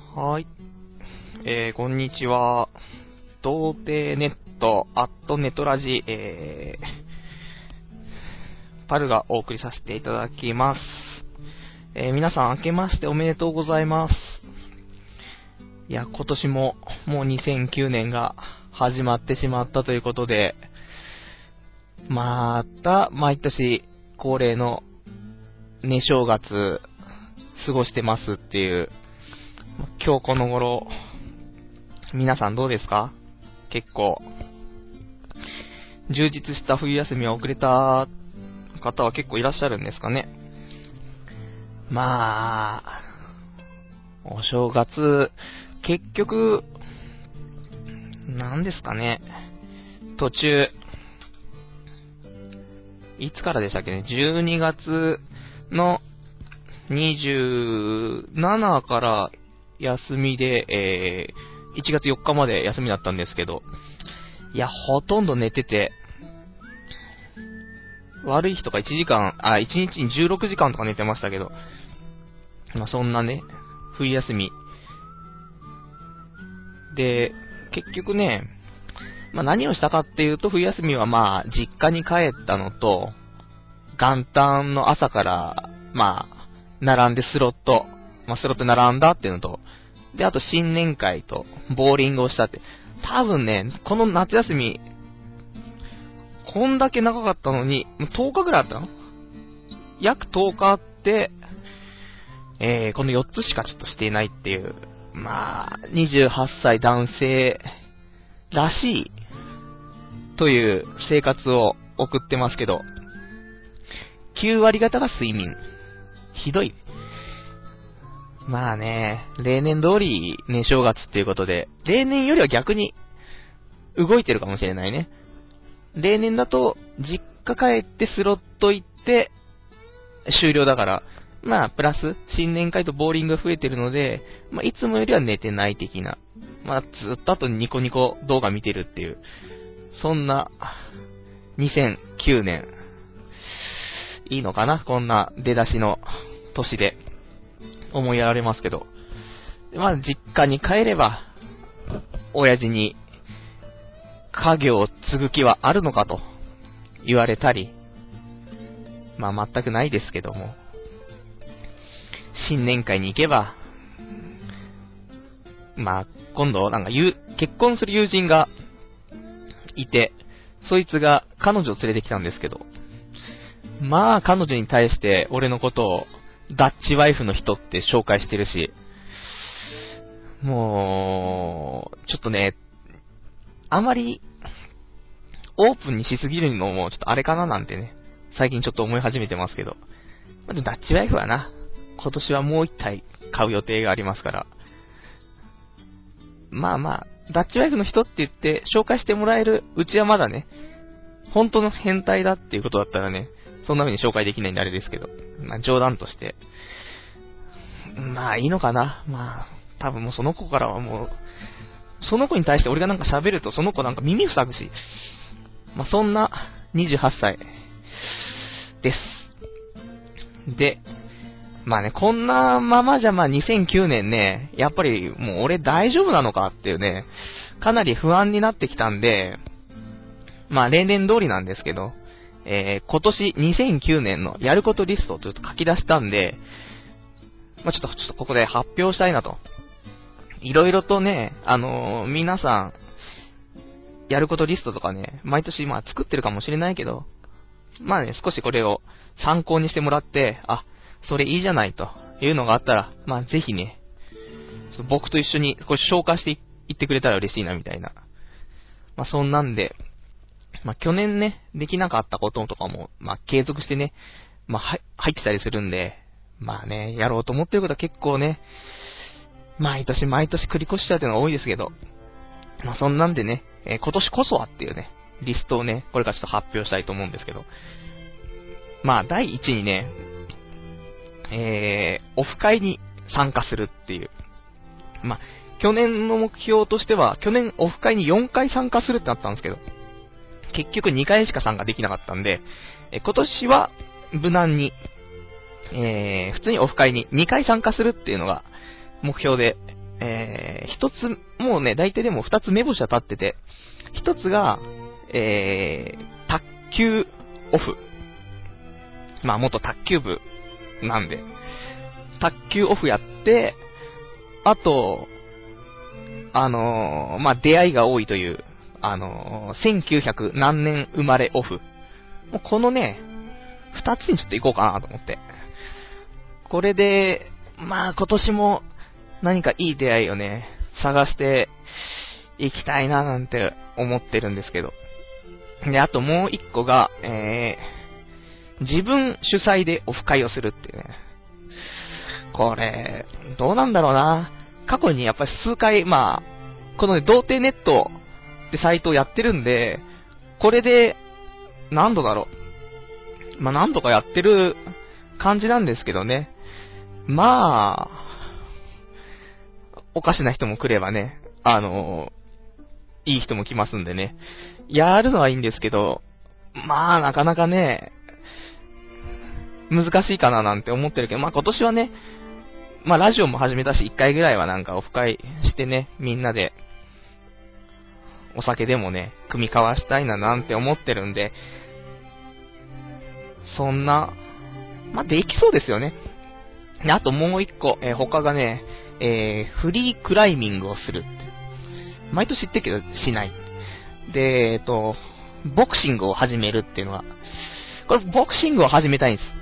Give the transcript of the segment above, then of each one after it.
はい。こんにちは。童貞ネット、ネットラジ、パルがお送りさせていただきます。皆さん明けましておめでとうございます。いや、今年ももう2009年が始まってしまったということで、また毎年恒例の寝正月過ごしてますっていう、今日この頃、皆さんどうですか？結構充実した冬休みを送れた方は結構いらっしゃるんですかね。まあ、お正月、結局、なんですかね。途中、いつからでしたっけね。12月の27から休みで、1月4日まで休みだったんですけど、いや、ほとんど寝てて、悪い日とか1日に16時間とか寝てましたけど、まあそんなね、冬休み。で、結局ね、まあ何をしたかっていうと、冬休みはまあ実家に帰ったのと、元旦の朝から、まあ、並んでスロット並んだっていうのと、で、あと新年会と、ボーリングをしたって。多分ね、この夏休み、こんだけ長かったのに、10日ぐらいあったの？約10日あって、この4つしかちょっとしていないっていう、まあ、28歳男性らしい、という生活を送ってますけど、9割方が睡眠。ひどい。まあね、例年通りね、正月っていうことで、例年よりは逆に動いてるかもしれないね。例年だと、実家帰ってスロット行って、終了だから、まあ、プラス、新年会とボーリングが増えてるので、まあ、いつもよりは寝てない的な。まあ、ずっとあとニコニコ動画見てるっていう、そんな、2009年、いいのかな？こんな出だしの年で、思いやられますけど。まあ、実家に帰れば、親父に、家業を継ぐ気はあるのかと言われたり、まあ全くないですけども、新年会に行けば、まあ今度なんか結婚する友人がいて、そいつが彼女を連れてきたんですけど、まあ彼女に対して俺のことをダッチワイフの人って紹介してるし、もう、ちょっとね、あまり、オープンにしすぎるのもちょっとあれかななんてね、最近ちょっと思い始めてますけど。まあ、ダッチワイフはな、今年はもう一体買う予定がありますから。まあまあ、ダッチワイフの人って言って紹介してもらえるうちはまだね、本当の変態だっていうことだったらね、そんな風に紹介できないんであれですけど。まあ冗談として。まあいいのかな。まあ、多分もうその子からはもう、その子に対して俺がなんか喋るとその子なんか耳塞ぐし、まあそんな28歳です。で、まあね、こんなままじゃまあ2009年ね、やっぱりもう俺大丈夫なのかっていうね、かなり不安になってきたんで、まあ例年通りなんですけど、今年2009年のやることリストをちょっと書き出したんで、まあちょっとここで発表したいなと。いろいろとね、皆さん、やることリストとかね、毎年まあ作ってるかもしれないけど、まあね、少しこれを参考にしてもらって、あ、それいいじゃないというのがあったら、まあぜひね、僕と一緒に少し消化していってくれたら嬉しいなみたいな。まあそんなんで、まあ去年ね、できなかったこととかも、まあ継続してね、まあ入ってたりするんで、まあね、やろうと思ってることは結構ね、毎年繰り越しちゃうっていうのが多いですけど、まあそんなんでね、今年こそはっていうね、リストをね、これからちょっと発表したいと思うんですけど、まあ第一にね、オフ会に参加するっていう。まあ、去年の目標としては、去年オフ会に4回参加するってなったんですけど、結局2回しか参加できなかったんで、今年は無難に、普通にオフ会に2回参加するっていうのが目標で一つ、もうね、大体でも二つ目星は立ってて、一つが、卓球オフ。まあ、元卓球部なんで、卓球オフやって、あと、まあ、出会いが多いという、1900何年生まれオフ。もうこのね、二つにちょっと行こうかなと思って。これで、まあ今年も何かいい出会いをね、探していきたいななんて思ってるんですけど。で、あともう一個が、自分主催でオフ会をするっていうね。これ、どうなんだろうな。過去にやっぱり数回、まあ、このね、童貞ネットってサイトをやってるんで、これで、何度だろう。まあ何度かやってる感じなんですけどね。まあ、おかしな人も来ればね、いい人も来ますんでね。やるのはいいんですけど、まあなかなかね、難しいかななんて思ってるけど、まあ今年はね、まあラジオも始めたし、一回ぐらいはなんかオフ会してね、みんなで、お酒でもね、組み交わしたいななんて思ってるんで、そんな、まあできそうですよね。あともう一個、他がね、フリークライミングをするって。毎年言ってるけど、しない。で、ボクシングを始めるっていうのは、これボクシングを始めたいんです。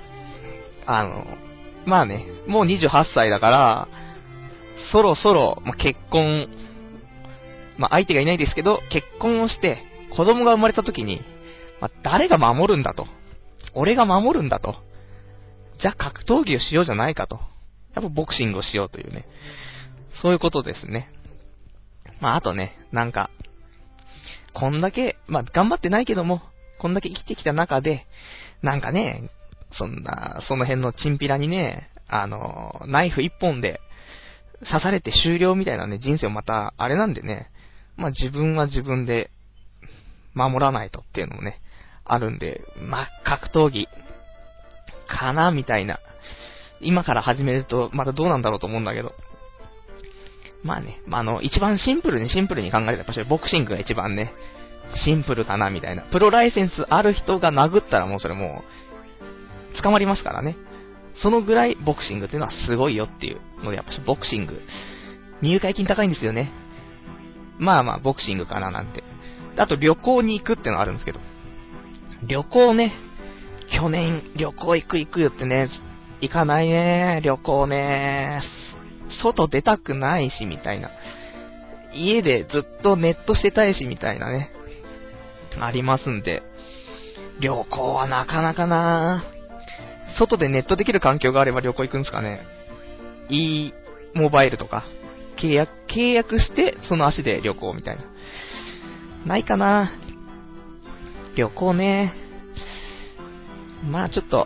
まあね、もう28歳だから、そろそろ、まあ、結婚、まあ相手がいないですけど、結婚をして、子供が生まれた時に、まあ誰が守るんだと。俺が守るんだと。じゃあ格闘技をしようじゃないかと。やっぱボクシングをしようというね。そういうことですね。まああとね、なんか、こんだけ、まあ頑張ってないけども、こんだけ生きてきた中で、なんかね、その辺のチンピラにね、ナイフ一本で刺されて終了みたいなね、人生をまた、あれなんでね、まあ自分は自分で守らないとっていうのもね、あるんで、まあ格闘技、かなみたいな。今から始めると、またどうなんだろうと思うんだけど。まあね、まあ一番シンプルに考えると、やっぱりボクシングが一番ね、シンプルかなみたいな。プロライセンスある人が殴ったらもうそれもう、捕まりますからね。そのぐらいボクシングっていうのはすごいよっていうので、やっぱりボクシング、入会金高いんですよね。まあまあ、ボクシングかななんて。あと旅行に行くっていうのがあるんですけど。旅行ね、去年旅行行くよってね、行かないね、旅行ね。外出たくないし、みたいな。家でずっとネットしてたいし、みたいなね。ありますんで。旅行はなかなかな。外でネットできる環境があれば旅行行くんですかね。e モバイルとか。契約して、その足で旅行みたいな。ないかな。旅行ね。まあちょっと、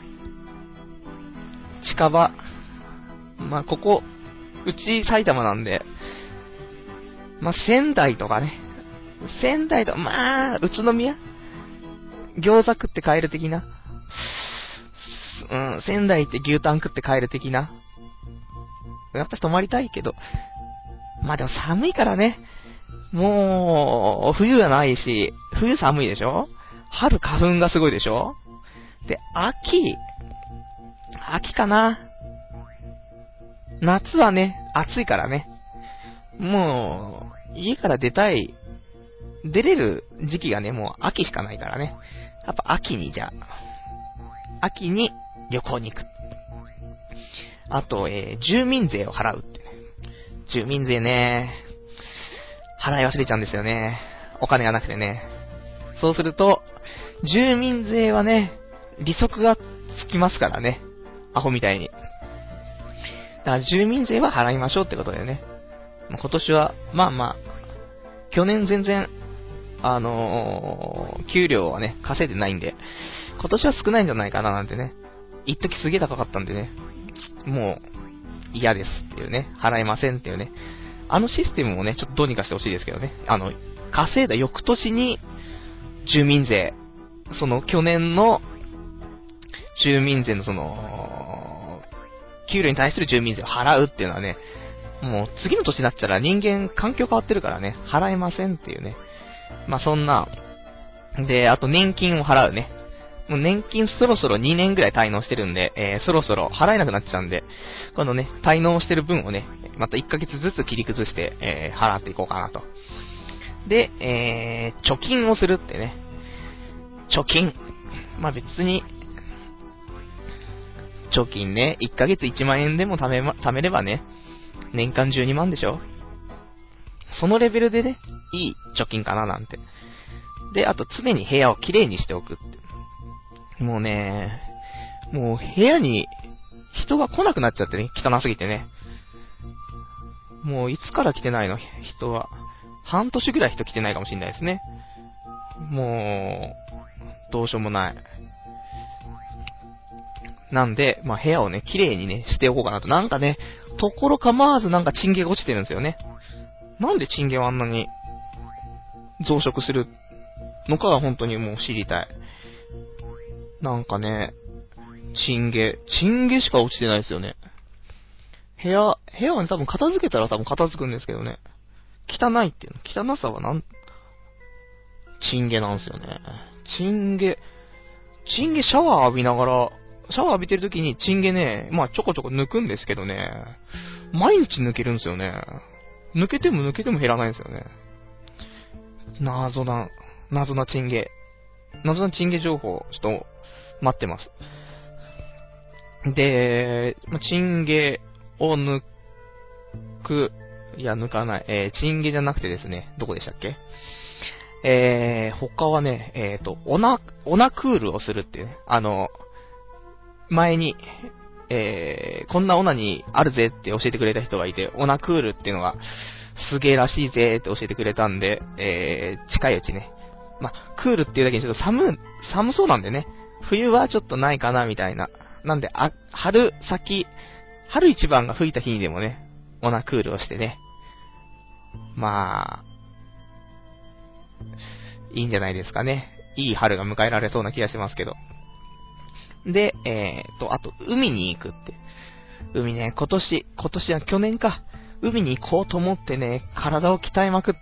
近場。まあここ、うち埼玉なんで、まあ仙台とかね。仙台と、まあ、宇都宮餃子食って帰る的な。うん、仙台行って牛タン食って帰る的な。やっぱり泊まりたいけど、まあでも寒いからね。もう、冬はないし、冬寒いでしょ？春花粉がすごいでしょ？で、秋かな。夏はね、暑いからね。もう、家から出れる時期がね、もう秋しかないからね。やっぱ秋に秋に旅行に行く。あと、住民税を払うってね。住民税ね、払い忘れちゃうんですよね。お金がなくてね。そうすると、住民税はね、利息がつきますからね。アホみたいに。だから住民税は払いましょうってことだよね。今年は、まあまあ、去年全然、給料はね、稼いでないんで、今年は少ないんじゃないかななんてね。一時すげえ高かったんでね。もう、嫌ですっていうね。払いませんっていうね。あのシステムもね、ちょっとどうにかしてほしいですけどね。稼いだ翌年に、住民税、その去年の、住民税の給料に対する住民税を払うっていうのはね、 もう次の年になったら人間環境変わってるからね、払えませんっていうね。まあそんな、で、あと年金を払うね。もう年金そろそろ2年ぐらい滞納してるんで、そろそろ払えなくなっちゃうんで、このね、滞納してる分をね、また1ヶ月ずつ切り崩して、払っていこうかなと。で、貯金をするってね。貯金。まあ別に、貯金ね、1ヶ月1万円でも貯めればね、年間12万でしょ？そのレベルでね、いい貯金かななんて。で、あと常に部屋をきれいにしておくって。もうね、もう部屋に人が来なくなっちゃってね、汚すぎてね。もういつから来てないの？人は。半年ぐらい人来てないかもしれないですね。もう、どうしようもない。なんで、まあ部屋をね、綺麗にね、しておこうかなと。なんかね、ところ構わずなんかチンゲが落ちてるんですよね。なんでチンゲはあんなに増殖するのかが本当にもう知りたい。なんかね、チンゲしか落ちてないですよね。部屋はね、多分片付けたら多分片付くんですけどね。汚いっていうの。汚さはチンゲなんですよね。チンゲシャワー浴びながら、シャワー浴びてる時にチンゲね、まあちょこちょこ抜くんですけどね、毎日抜けるんですよね。抜けても減らないんですよね。謎なチンゲ。謎なチンゲ情報、ちょっと待ってます。で、チンゲを抜かない。チンゲじゃなくてですね、どこでしたっけ？他はね、オナクールをするっていうね。前に、こんなオナにあるぜって教えてくれた人がいて、オナクールっていうのがすげえらしいぜって教えてくれたんで、近いうちね。まあ、クールっていうだけにちょっと寒そうなんでね。冬はちょっとないかなみたいな。なんで、春一番が吹いた日にでもね、オナクールをしてね。まあ、いいんじゃないですかね。いい春が迎えられそうな気がしますけど。で、あと、海に行くって。海ね、去年か。海に行こうと思ってね、体を鍛えまくって、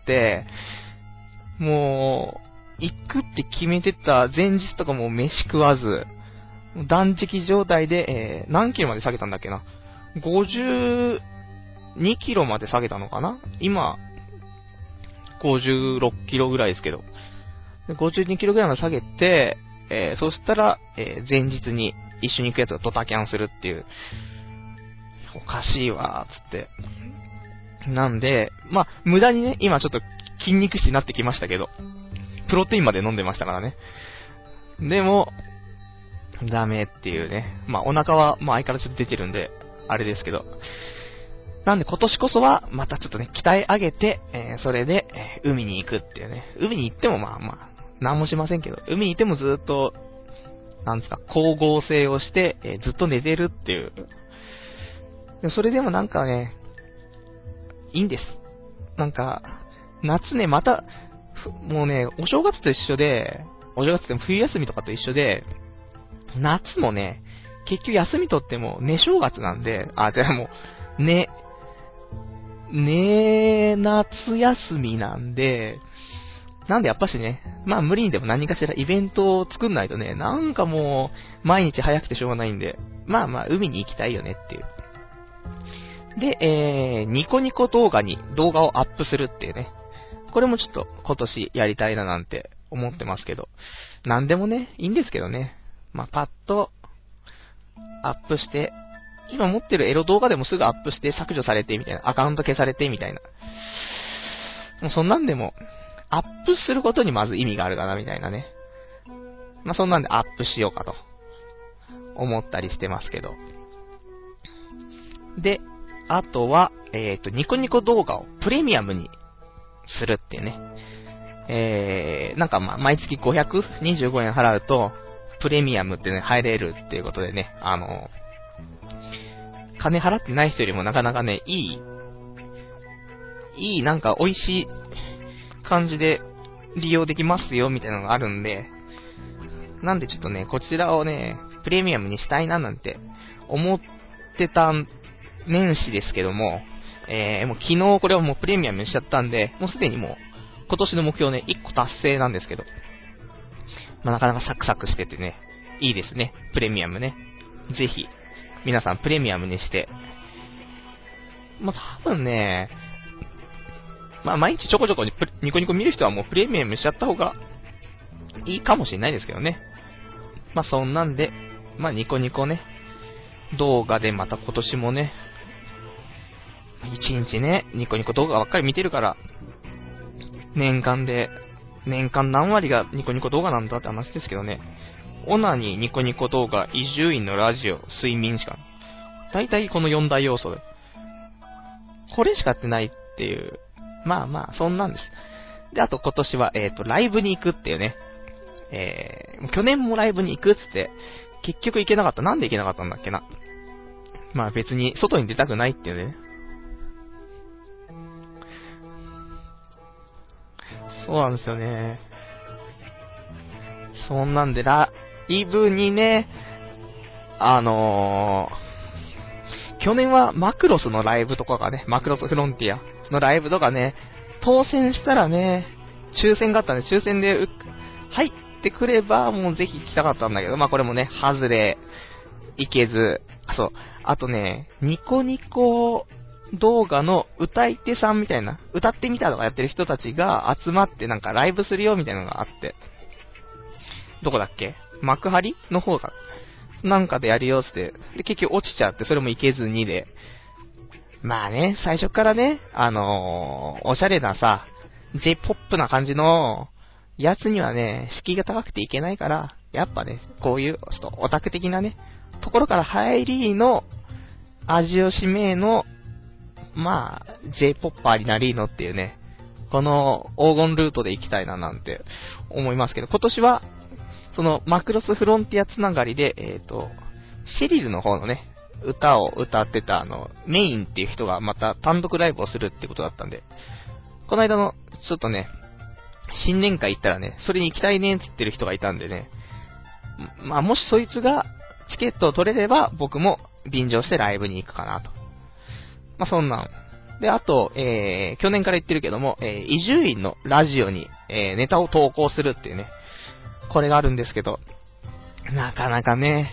もう、行くって決めてた前日とかも飯食わず、断食状態で、何キロまで下げたんだっけな。52キロまで下げたのかな？今、56キロぐらいですけど。52キロぐらいまで下げて、そしたら、前日に一緒に行くやつがドタキャンするっていう。おかしいわ、つって。なんで、まあ、無駄にね、今ちょっと筋肉質になってきましたけど、プロテインまで飲んでましたからね。でも、ダメっていうね。まあ、お腹は、まあ、相変わらず出てるんで、あれですけど。なんで今年こそは、またちょっとね、鍛え上げて、それで、海に行くっていうね。海に行ってもまあ、なんもしませんけど、海に行ってもずっと、なんですか、光合成をして、ずっと寝てるっていう。それでもなんかね、いいんです。なんか、夏ね、また、もうね、お正月と一緒で、お正月って冬休みとかと一緒で、夏もね、結局休み取っても、寝正月なんで、じゃあもう、夏休みなんで、なんでやっぱしね、まあ無理にでも何かしらイベントを作んないとね、なんかもう、毎日早くてしょうがないんで、まあ海に行きたいよねっていう。で、ニコニコ動画に動画をアップするっていうね。これもちょっと今年やりたいななんて思ってますけど、なんでもね、いいんですけどね。まあパッとアップして、今持ってるエロ動画でもすぐアップして削除されてみたいな、アカウント消されてみたいな。もうそんなんでも、アップすることにまず意味があるかなみたいなね。まあそんなんでアップしようかと思ったりしてますけど。で、あとは、ニコニコ動画をプレミアムにするっていうね。なんか毎月525円払うと、プレミアムってね、入れるっていうことでね、金払ってない人よりもなかなかね、いいなんか美味しい感じで利用できますよ、みたいなのがあるんで、なんでちょっとね、こちらをね、プレミアムにしたいななんて思ってた年始ですけども、 もう昨日これはもうプレミアムにしちゃったんで、もうすでにもう今年の目標ね、1個達成なんですけど、まあなかなかサクサクしててね、いいですね、プレミアムね。ぜひ、皆さんプレミアムにして、まあ多分ね、まあ毎日ちょこちょこにニコニコ見る人はもうプレミアムしちゃった方がいいかもしれないですけどね。まあそんなんで、まあニコニコね、動画でまた今年もね、1日ね、ニコニコ動画ばっかり見てるから、年間何割がニコニコ動画なんだって話ですけどね。オナニー、ニコニコ動画、伊集院のラジオ、睡眠しか。大体この4大要素で。これしかやってないっていう。まあまあ、そんなんです。で、あと今年は、ライブに行くっていうね。去年もライブに行くっつって、結局行けなかった。なんで行けなかったんだっけな。まあ別に外に出たくないっていうね。そうなんですよね。そんなんで、ライブにね、去年はマクロスのライブとかがね、マクロスフロンティアのライブとかね、当選したらね、抽選があったんで、抽選で入ってくれば、もうぜひ行きたかったんだけど、まあこれもね、外れ、行けず、そう、あとね、ニコニコ動画の歌い手さんみたいな、歌ってみたとかやってる人たちが集まってなんかライブするよみたいなのがあって、どこだっけ？幕張の方が、なんかでやるよって、で、結局落ちちゃって、それも行けずにで、まあね、最初からね、おしゃれなさ、J-POP な感じの、やつにはね、敷居が高くていけないから、やっぱね、こういう、ちょっとオタク的なね、ところから入りの、味をしめの、まあ、J-POP になりのっていうね、この黄金ルートで行きたいななんて思いますけど、今年は、そのマクロスフロンティアつながりで、シェリルの方のね、歌を歌ってたメインっていう人がまた単独ライブをするってことだったんで、この間の、ちょっとね、新年会行ったらね、それに行きたいねって言ってる人がいたんでね、まあもしそいつがチケットを取れれば僕も便乗してライブに行くかなと。まあそんなん。で、あと、去年から言ってるけども、伊集院のラジオに、ネタを投稿するっていうね、これがあるんですけど、なかなかね、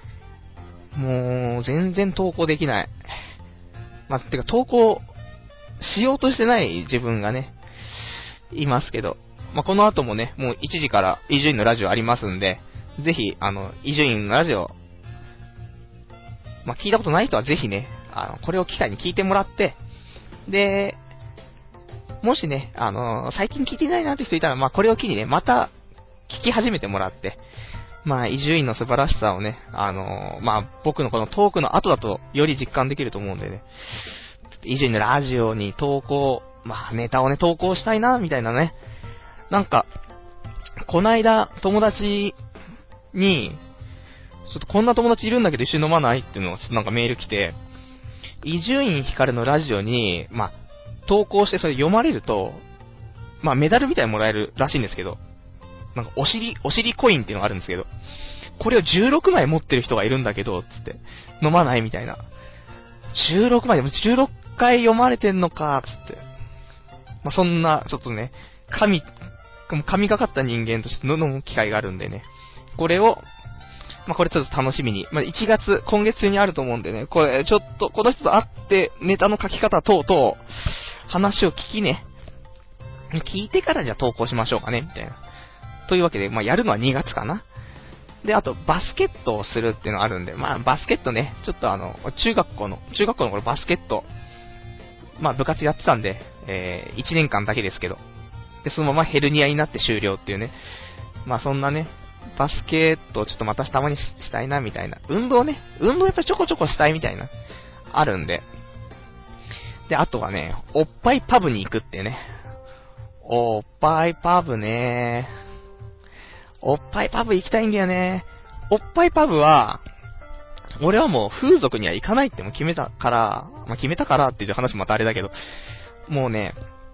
もう、全然投稿できない。まあ、てか投稿しようとしてない自分がね、いますけど、まあ、この後もね、もう1時から伊集院のラジオありますんで、ぜひ、伊集院のラジオ、まあ、聞いたことない人はぜひね、これを機会に聞いてもらって、で、もしね、最近聞いてないなって人いたら、まあ、これを機にね、また、聞き始めてもらって、まあ、伊集院の素晴らしさをね、まあ、僕のこのトークの後だとより実感できると思うんでね、伊集院のラジオに投稿、まあ、ネタをね、投稿したいな、みたいなね。なんか、こないだ、友達に、ちょっとこんな友達いるんだけど一緒に飲まないっていうのを、なんかメール来て、伊集院光のラジオに、まあ、投稿してそれ読まれると、まあ、メダルみたいにもらえるらしいんですけど、なんかお尻コインっていうのがあるんですけど、これを16枚持ってる人がいるんだけど、つって、飲まないみたいな。16枚でも16回読まれてんのか、つって。まあ、そんな、ちょっとね、神がかった人間として飲む機会があるんでね。これを、まあ、これちょっと楽しみに。まあ、1月、今月中にあると思うんでね、これちょっと、この人と会って、ネタの書き方等々、話を聞いてからじゃあ投稿しましょうかね、みたいな。というわけで、まあ、やるのは2月かな。で、あと、バスケットをするっていうのがあるんで、まあ、バスケットね、ちょっと中学校の頃バスケット、まあ、部活やってたんで、1年間だけですけど、で、そのままヘルニアになって終了っていうね、まあ、そんなね、バスケットをちょっとまたたまにしたいな、みたいな。運動やっぱりちょこちょこしたいみたいな、あるんで。で、あとはね、おっぱいパブに行くってね。おっぱいパブね。おっぱいパブ行きたいんだよね。おっぱいパブは、俺はもう風俗には行かないっても決めたから、まあ、決めたからっていう話もまたあれだけど、もうね、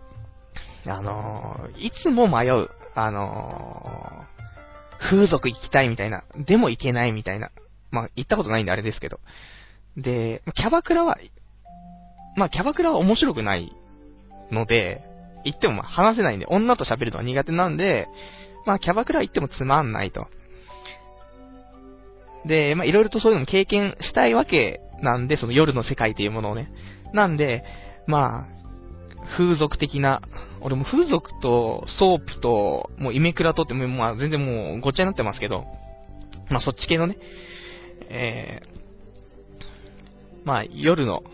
いつも迷う。風俗行きたいみたいな。でも行けないみたいな。まあ、行ったことないんであれですけど。で、キャバクラは、 まあキャバクラは面白くないので、行ってもまあ話せないんで、女と喋るのは苦手なんで、まあキャバクラ行ってもつまんないと。で、まあいろいろとそういうのも経験したいわけなんで、その夜の世界というものをね。なんで、まあ、風俗的な、俺も風俗とソープと、もうイメクラとっても、まあ全然もうごっちゃになってますけど、まあそっち系のね、まあ夜の、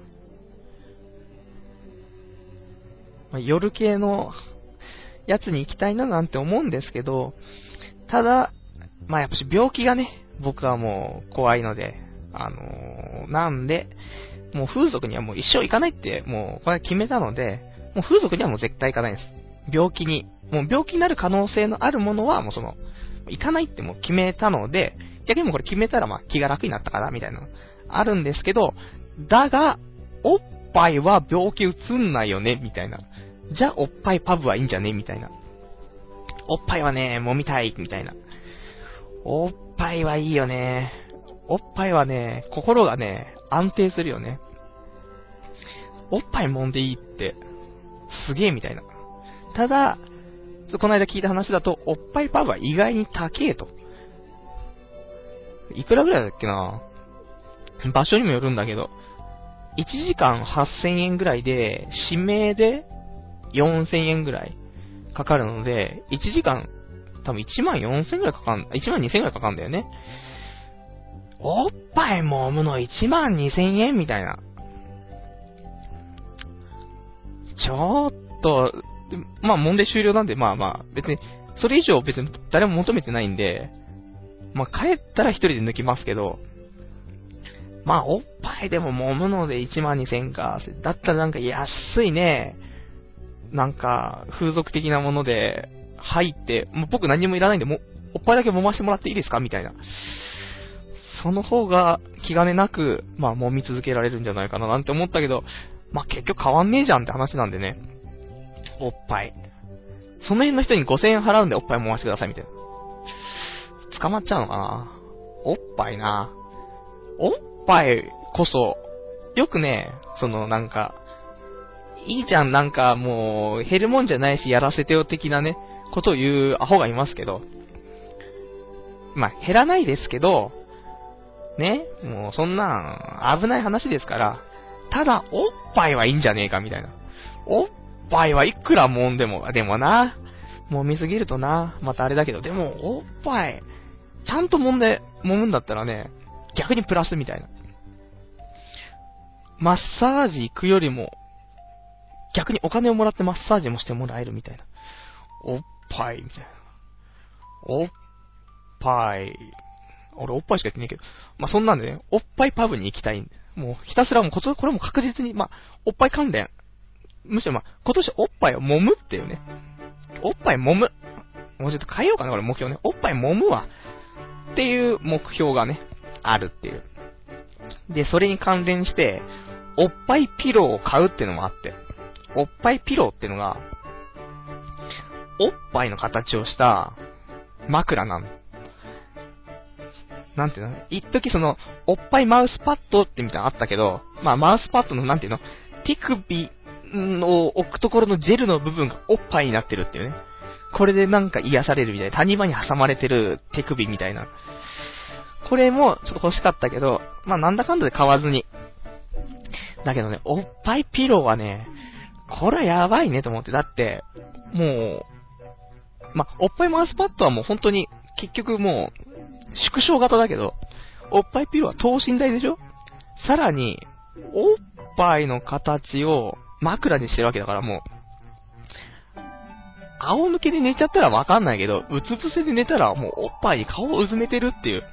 まあ、夜系のやつに行きたいななんて思うんですけど、ただ、まあやっぱし病気がね、僕はもう怖いので、なんで、もう風俗にはもう一生行かないって、もうこれは決めたので、もう風俗にはもう絶対行かないです。病気に、もう病気になる可能性のあるものはもう行かないってもう決めたので、逆にもうこれ決めたらまあ気が楽になったかなみたいなのあるんですけど、だが、おっぱいは病気移んないよねみたいな。じゃあおっぱいパブはいいんじゃねみたいな。おっぱいはね、揉みたいみたいな。おっぱいはいいよね。おっぱいはね、心がね、安定するよね。おっぱい揉んでいいって、すげえみたいな。ただ、この間聞いた話だと、おっぱいパブは意外に高えと。いくらぐらいだっけな、場所にもよるんだけど、1時間8000円ぐらいで、指名で4000円ぐらいかかるので、1時間、多分1万4000円ぐらいかかん、1万2000円ぐらいかかるんだよね。おっぱい揉むの1万2000円みたいな。ちょっと、まあ、揉んで終了なんで、まあまあ、別に、それ以上別に誰も求めてないんで、まあ、帰ったら一人で抜きますけど、まあ、おっぱいでも揉むので1万2000円か。だったらなんか安いね、なんか、風俗的なもので、入って、もう僕何もいらないんで、もう、おっぱいだけ揉ませてもらっていいですかみたいな。その方が気兼ねなく、まあ、揉み続けられるんじゃないかななんて思ったけど、まあ、結局変わんねえじゃんって話なんでね。おっぱい。その辺の人に5000円払うんでおっぱい揉ませてくださいみたいな。捕まっちゃうのかな。おっぱいな。おっぱいこそ、よくね、なんか、いいじゃん、なんかもう、減るもんじゃないしやらせてよ的なね、ことを言うアホがいますけど。まあ、減らないですけど、ね、もうそんなん危ない話ですから、ただ、おっぱいはいいんじゃねえかみたいな。おっぱいはいくら揉んでも、でもな、揉みすぎるとな、またあれだけど、でも、おっぱい、ちゃんと揉むんだったらね、逆にプラスみたいな。マッサージ行くよりも、逆にお金をもらってマッサージもしてもらえるみたいな。おっぱい、みたいな。おっぱい。俺おっぱいしか言ってないけど。まあ、そんなんでね、おっぱいパブに行きたいんで。もうひたすらもうこれも確実に、まあ、おっぱい関連。むしろまあ、今年おっぱいを揉むっていうね。おっぱい揉む。もうちょっと変えようかな、これ目標ね。おっぱい揉むわ。っていう目標がね、あるっていう。で、それに関連して、おっぱいピローを買うっていうのもあって。おっぱいピローっていうのが、おっぱいの形をした枕なの。なんていうの、一時おっぱいマウスパッドってみたいなのあったけど、まあマウスパッドのなんていうの、手首を置くところのジェルの部分がおっぱいになってるっていうね。これでなんか癒されるみたいな。谷間に挟まれてる手首みたいな。これもちょっと欲しかったけど、まあなんだかんだで買わずに。だけどね、おっぱいピローはね、これはやばいねと思って。だって、もう、まあ、おっぱいマウスパッドはもう本当に、結局もう、縮小型だけど、おっぱいピローは等身大でしょ。さらに、おっぱいの形を枕にしてるわけだからもう、仰向けで寝ちゃったらわかんないけど、うつ伏せで寝たらもうおっぱいに顔をうずめてるっていう。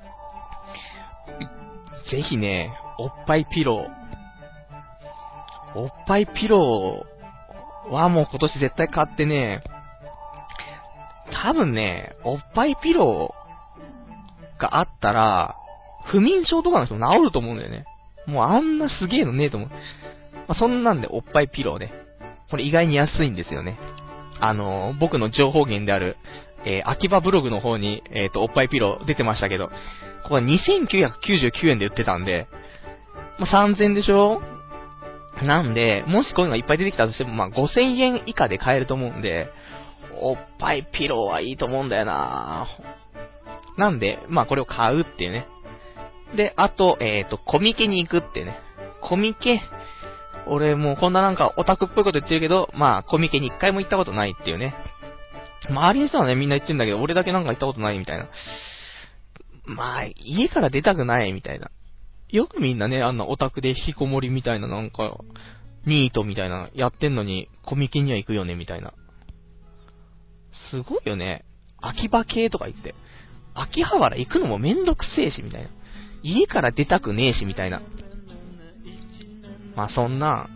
ぜひね、おっぱいピロー。おっぱいピローはもう今年絶対買ってね、多分ね、おっぱいピローがあったら、不眠症とかの人治ると思うんだよね。もうあんなすげえのねえと思う。まあ、そんなんでおっぱいピローね。これ意外に安いんですよね。僕の情報源である、秋葉ブログの方に、おっぱいピロー出てましたけど、ここは2999円で売ってたんで、まあ、3000でしょなんで、もしこういうのがいっぱい出てきたとしても、まあ5000円以下で買えると思うんで、おっぱいピローはいいと思うんだよな。なんで、まあこれを買うっていうね。で、あと、コミケに行くっていうね。コミケ、俺もうこんななんかオタクっぽいこと言ってるけど、まあコミケに一回も行ったことないっていうね。周りの人はね、みんな言ってんだけど、俺だけなんか行ったことないみたいな。まあ、家から出たくないみたいな。よくみんなね、あんなオタクで引きこもりみたいななんか、ニートみたいなやってんのに、コミケには行くよねみたいな。すごいよね。秋葉系とか言って。秋葉原行くのもめんどくせえし、みたいな。家から出たくねえし、みたいな。まあそんな、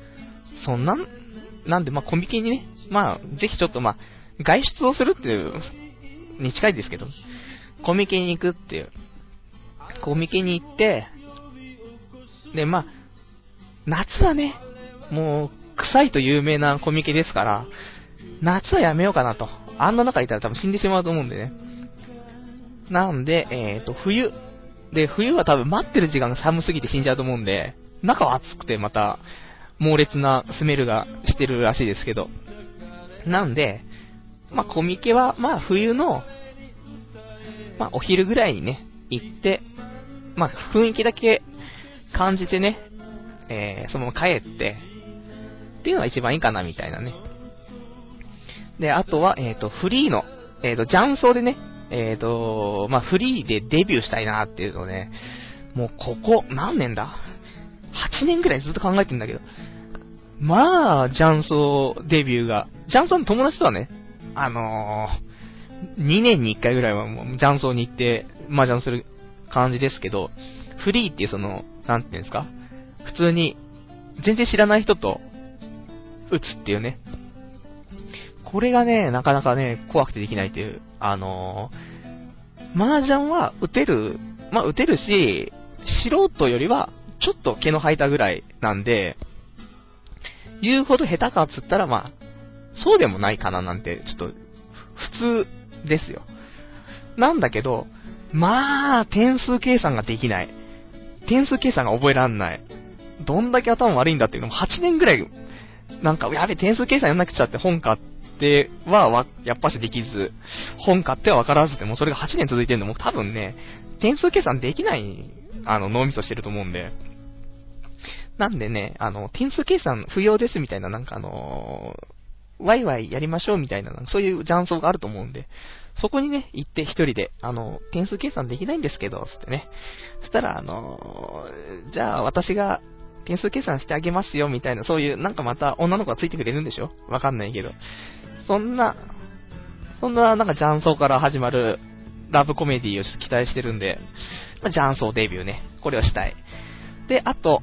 なんでまあコミケにね、まあぜひちょっとまあ、外出をするっていう、に近いですけど、コミケに行くっていう。コミケに行って、でまあ、夏はね、もう、臭いと有名なコミケですから、夏はやめようかなと。あんな中いたら多分死んでしまうと思うんでね。なんで、冬。で、冬は多分待ってる時間が寒すぎて死んじゃうと思うんで、中は暑くてまた、猛烈なスメルがしてるらしいですけど。なんで、まあ、コミケは、まあ、冬の、まあ、お昼ぐらいにね、行って、まあ、雰囲気だけ感じてね、そのまま帰って、っていうのが一番いいかな、みたいなね。で、あとは、フリーの、雀荘でね、まあ、フリーでデビューしたいなっていうのをね、もうここ、何年だ ?8 年ぐらいずっと考えてんだけど、まあ、雀荘デビューが、雀荘の友達とはね、2年に1回ぐらいはもう雀荘に行って麻雀する感じですけど、フリーっていうその、なんていうんですか、普通に全然知らない人と打つっていうね。これがね、なかなかね、怖くてできないっていう。麻雀は打てる、まあ打てるし、素人よりはちょっと毛の生えたぐらいなんで、言うほど下手かっつったらまあ、そうでもないかななんて、ちょっと、普通ですよ。なんだけど、まあ、点数計算ができない。点数計算が覚えらんない。どんだけ頭悪いんだっていうのも8年ぐらい、なんか、やべ、点数計算やんなくちゃって本買っては、やっぱしできず、本買っては分からずでもそれが8年続いてるのも多分ね、点数計算できない、脳みそしてると思うんで。なんでね、点数計算不要ですみたいな、なんかワイワイやりましょうみたいな、そういう雀荘があると思うんで、そこにね、行って一人で、点数計算できないんですけど、つってね。そしたら、じゃあ私が点数計算してあげますよ、みたいな、そういう、なんかまた女の子がついてくれるんでしょわかんないけど。そんな、なんか雀荘から始まるラブコメディを期待してるんで、まあ、雀荘デビューね、これをしたい。で、あと、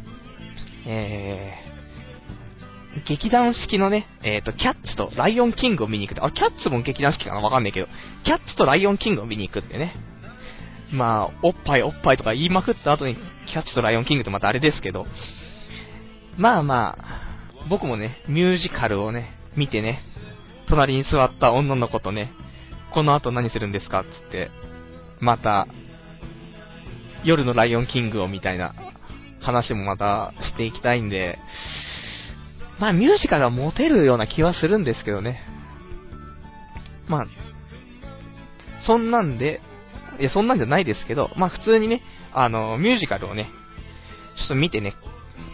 劇団式のね、キャッツとライオンキングを見に行くって。あ、キャッツも劇団式かなわかんないけど、キャッツとライオンキングを見に行くってね。まあ、おっぱいおっぱいとか言いまくった後に、キャッツとライオンキングってまたあれですけど、まあまあ、僕もね、ミュージカルをね、見てね、隣に座った女の子とね、この後何するんですかつって、また、夜のライオンキングをみたいな話もまたしていきたいんで、まあミュージカルはモテるような気はするんですけどね。まあ、そんなんで、いやそんなんじゃないですけど、まあ普通にね、ミュージカルをね、ちょっと見てね、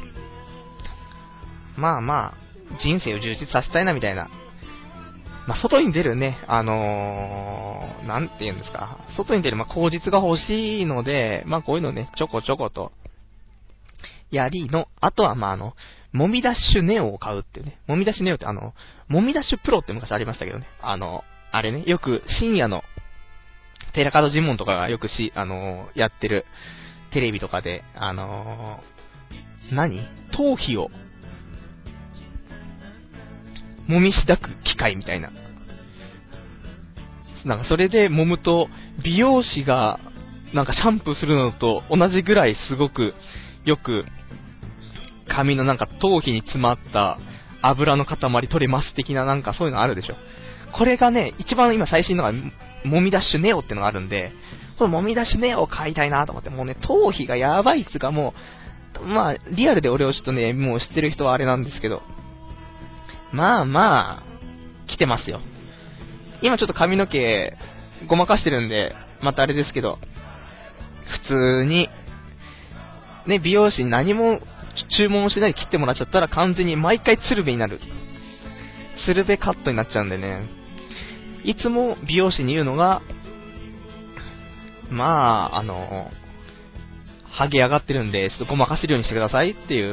まあまあ、人生を充実させたいなみたいな。まあ外に出るね、なんて言うんですか、外に出るまあ口実が欲しいので、まあこういうのね、ちょこちょこと、やりの、あとはまあもみダッシュネオを買うっていうね。もみダッシュネオってもみダッシュプロって昔ありましたけどね。あれね、よく深夜の、寺門ジモンとかがよくやってるテレビとかで、頭皮を、揉みしだく機械みたいな。なんかそれで揉むと、美容師が、なんかシャンプーするのと同じぐらいすごく、よく、髪のなんか頭皮に詰まった油の塊取れます的ななんかそういうのあるでしょ。これがね、一番今最新のがもみダッシュネオってのがあるんで、このもみダッシュネオを買いたいなと思って、もうね、頭皮がやばいっつうかもう、 まあ、リアルで俺をちょっとね、もう知ってる人はあれなんですけど、まあ、来てますよ。今ちょっと髪の毛、ごまかしてるんで、またあれですけど、普通に、ね、美容師に何も注文しないで切ってもらっちゃったら完全に毎回鶴瓶になる。鶴瓶カットになっちゃうんでね。いつも美容師に言うのが、まあ、ハゲ上がってるんで、ちょっとごまかせるようにしてくださいっていう。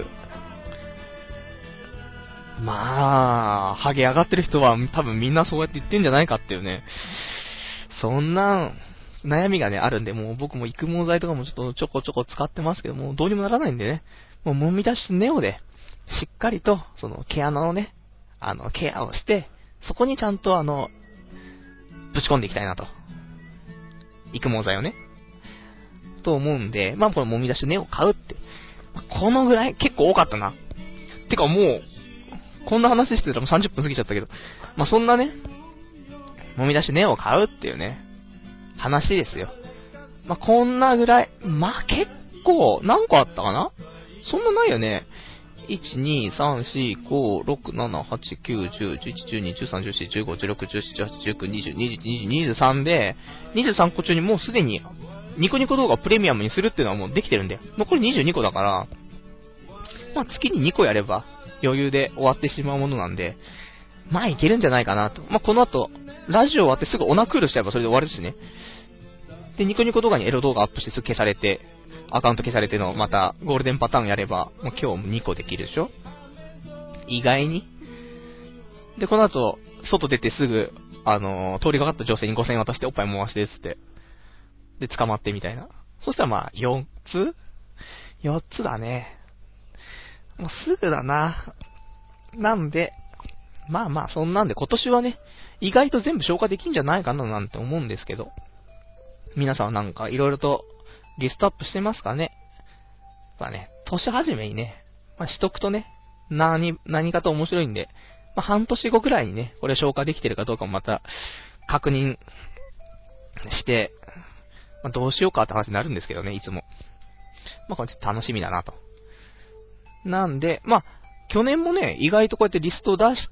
まあ、ハゲ上がってる人は多分みんなそうやって言ってんじゃないかっていうね。そんな悩みがね、あるんで、もう僕も育毛剤とかもちょこちょこ使ってますけども、どうにもならないんでね。もう揉み出しネオで、しっかりと、その毛穴をね、ケアをして、そこにちゃんとぶち込んでいきたいなと。育毛剤をね。と思うんで、まあこれ揉み出しネオを買うって。このぐらい結構多かったな。てかもう、こんな話してたらもう30分過ぎちゃったけど、まあそんなね、揉み出しネオを買うっていうね、話ですよ。まあこんなぐらい、まあ結構、何個あったかな？そんなないよね。1、2、3、4、5、6、7、8、9、10、11、12、13、14、15、16、17、18、19、20、21、22、23で、23個中にもうすでに、ニコニコ動画をプレミアムにするっていうのはもうできてるんで、残り22個だから、まあ月に2個やれば余裕で終わってしまうものなんで、まあいけるんじゃないかなと。まあこの後、ラジオ終わってすぐオナクールしちゃえばそれで終わるしね。で、ニコニコ動画にエロ動画アップしてすぐ消されて、アカウント消されてのまたゴールデンパターンやれば、もう今日も2個できるでしょ？意外に。で、この後、外出てすぐ、通りがかった女性に5000円渡しておっぱい回してっつって。で、捕まってみたいな。そしたらまあ、4つだね。もうすぐだな。なんで、まあ、そんなんで今年はね、意外と全部消化できんじゃないかななんて思うんですけど。皆さんはなんか色々とリストアップしてますかね。まあね、年始めにね、まあしとくとね、何かと面白いんで、まあ半年後くらいにね、これ消化できてるかどうかもまた確認して、まあどうしようかって話になるんですけどね、いつも。まあこれちょっと楽しみだなと。なんで、まあ、去年もね、意外とこうやってリストを出して、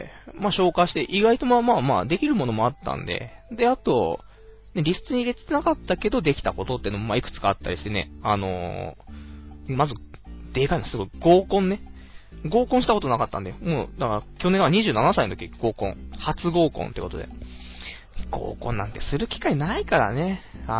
まあ消化して、意外とまあできるものもあったんで、で、あと、ね、リストに入れてなかったけどできたことっていうのもまあいくつかあったりしてね、まず、でかいのすごい、合コンね。合コンしたことなかったんで、もう、だから去年は27歳の時合コン、初合コンってことで、合コンなんてする機会ないからね、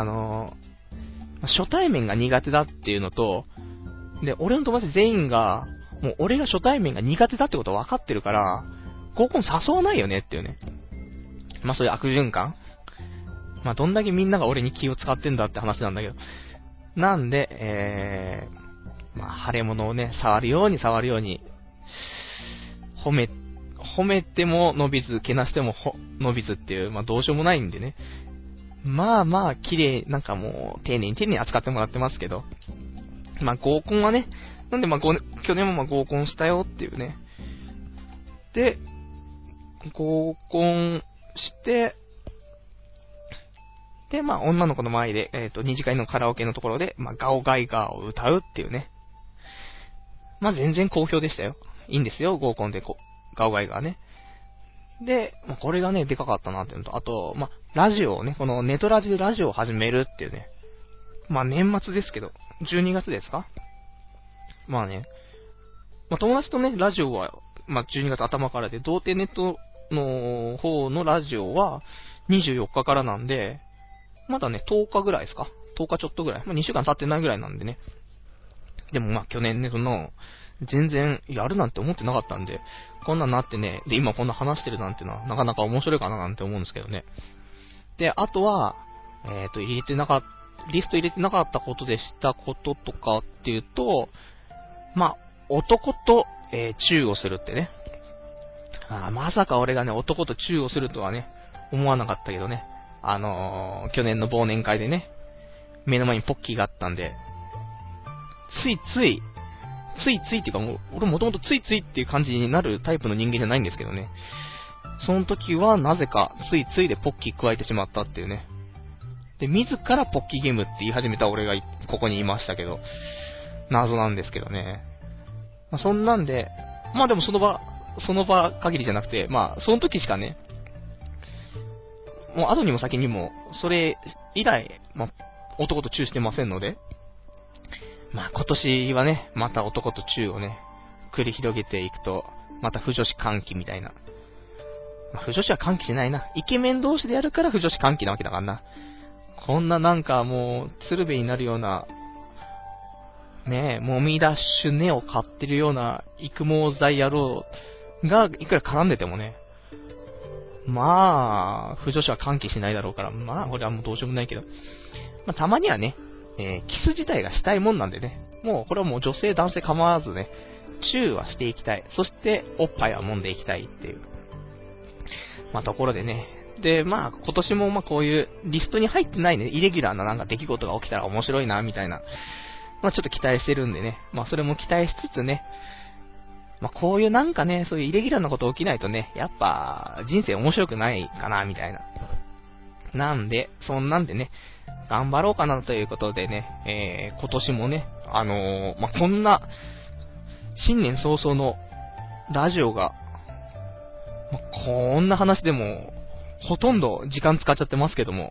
初対面が苦手だっていうのと、で、俺の友達全員が、もう俺が初対面が苦手だってこと分かってるから、合コン誘わないよねっていうね。まあそういう悪循環。まあどんだけみんなが俺に気を使ってんだって話なんだけど。なんで、まあ腫れ物をね、触るように、褒めても伸びず、けなしても伸びずっていう、まあどうしようもないんでね。まあ綺麗、なんかもう丁寧に扱ってもらってますけど。まあ合コンはね、なんでまあ去年もまあ合コンしたよっていうね。で、合コンして、で、まあ女の子の前で、二次会のカラオケのところで、まあガオガイガーを歌うっていうね。まあ全然好評でしたよ。いいんですよ、合コンでガオガイガーね。で、まあ、これがね、でかかったなっていうのと、あと、まあ、ラジオをね、このネトラジでラジオを始めるっていうね。まあ年末ですけど、12月ですか？まあね、まあ友達とね、ラジオは、まあ12月頭からで、童貞ネットの方のラジオは24日からなんで、まだね、10日ぐらいですか？ 10 日ちょっとぐらい。まあ2週間経ってないぐらいなんでね。でもまあ去年ね、全然やるなんて思ってなかったんで、こんなんなってね、で今こんな話してるなんてのはなかなか面白いかななんて思うんですけどね。で、あとは、リスト入れてなかったことでしたこととかっていうと、まあ、男と、チューをするってね。まさか俺がね、男とチューをするとはね、思わなかったけどね。去年の忘年会でね、目の前にポッキーがあったんで、ついついっていうかもう、俺もともとついついっていう感じになるタイプの人間じゃないんですけどね。その時はなぜかついついでポッキー加えてしまったっていうね。で、自らポッキーゲームって言い始めた俺がここにいましたけど、 謎なんですけどね。まあ、そんなんで、まあでもその場限りじゃなくて、まあその時しかね、もう後にも先にも、それ以来、まあ男とチューしてませんので、まあ今年はね、また男とチューをね、繰り広げていくと、また不女子歓喜みたいな。まあ、不女子は歓喜しないな。イケメン同士でやるから不女子歓喜なわけだからな。こんななんかもう、鶴瓶になるような、ねえ、もみダッシュネを買ってるような育毛剤野郎がいくら絡んでてもね、まあ、不女子は歓喜しないだろうから、まあ、これはもうどうしようもないけど、まあ、たまにはね、キス自体がしたいもんなんでね、もう、これはもう女性、男性構わずね、チューはしていきたい。そして、おっぱいは揉んでいきたいっていう、まあ、ところでね。で、まあ、今年もまあ、こういうリストに入ってないね、イレギュラーななんか出来事が起きたら面白いな、みたいな、まあ、ちょっと期待してるんでね、まあ、それも期待しつつね、まあ、こういうなんかね、そういうイレギュラーなこと起きないとね、やっぱ、人生面白くないかな、みたいな。なんで、そんなんでね、頑張ろうかなということでね、今年もね、まあ、こんな、新年早々のラジオが、まあ、こんな話でも、ほとんど時間使っちゃってますけども、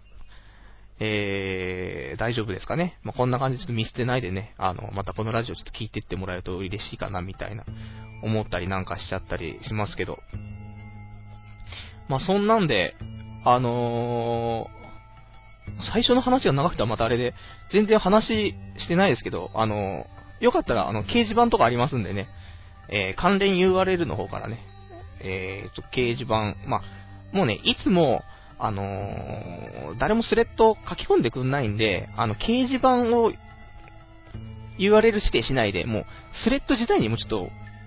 大丈夫ですかね。まあ、こんな感じでちょっと見捨てないでね、またこのラジオちょっと聞いてってもらえると嬉しいかな、みたいな、思ったりなんかしちゃったりしますけど。まあ、そんなんで、最初の話が長くてはまたあれで、全然話してないですけど、よかったら、掲示板とかありますんでね、関連 URL の方からね、掲示板、まあ、もうね、いつも、誰もスレッド書き込んでくんないんで、掲示板を URL 指定しないで、もう、スレッド自体にもちょっと、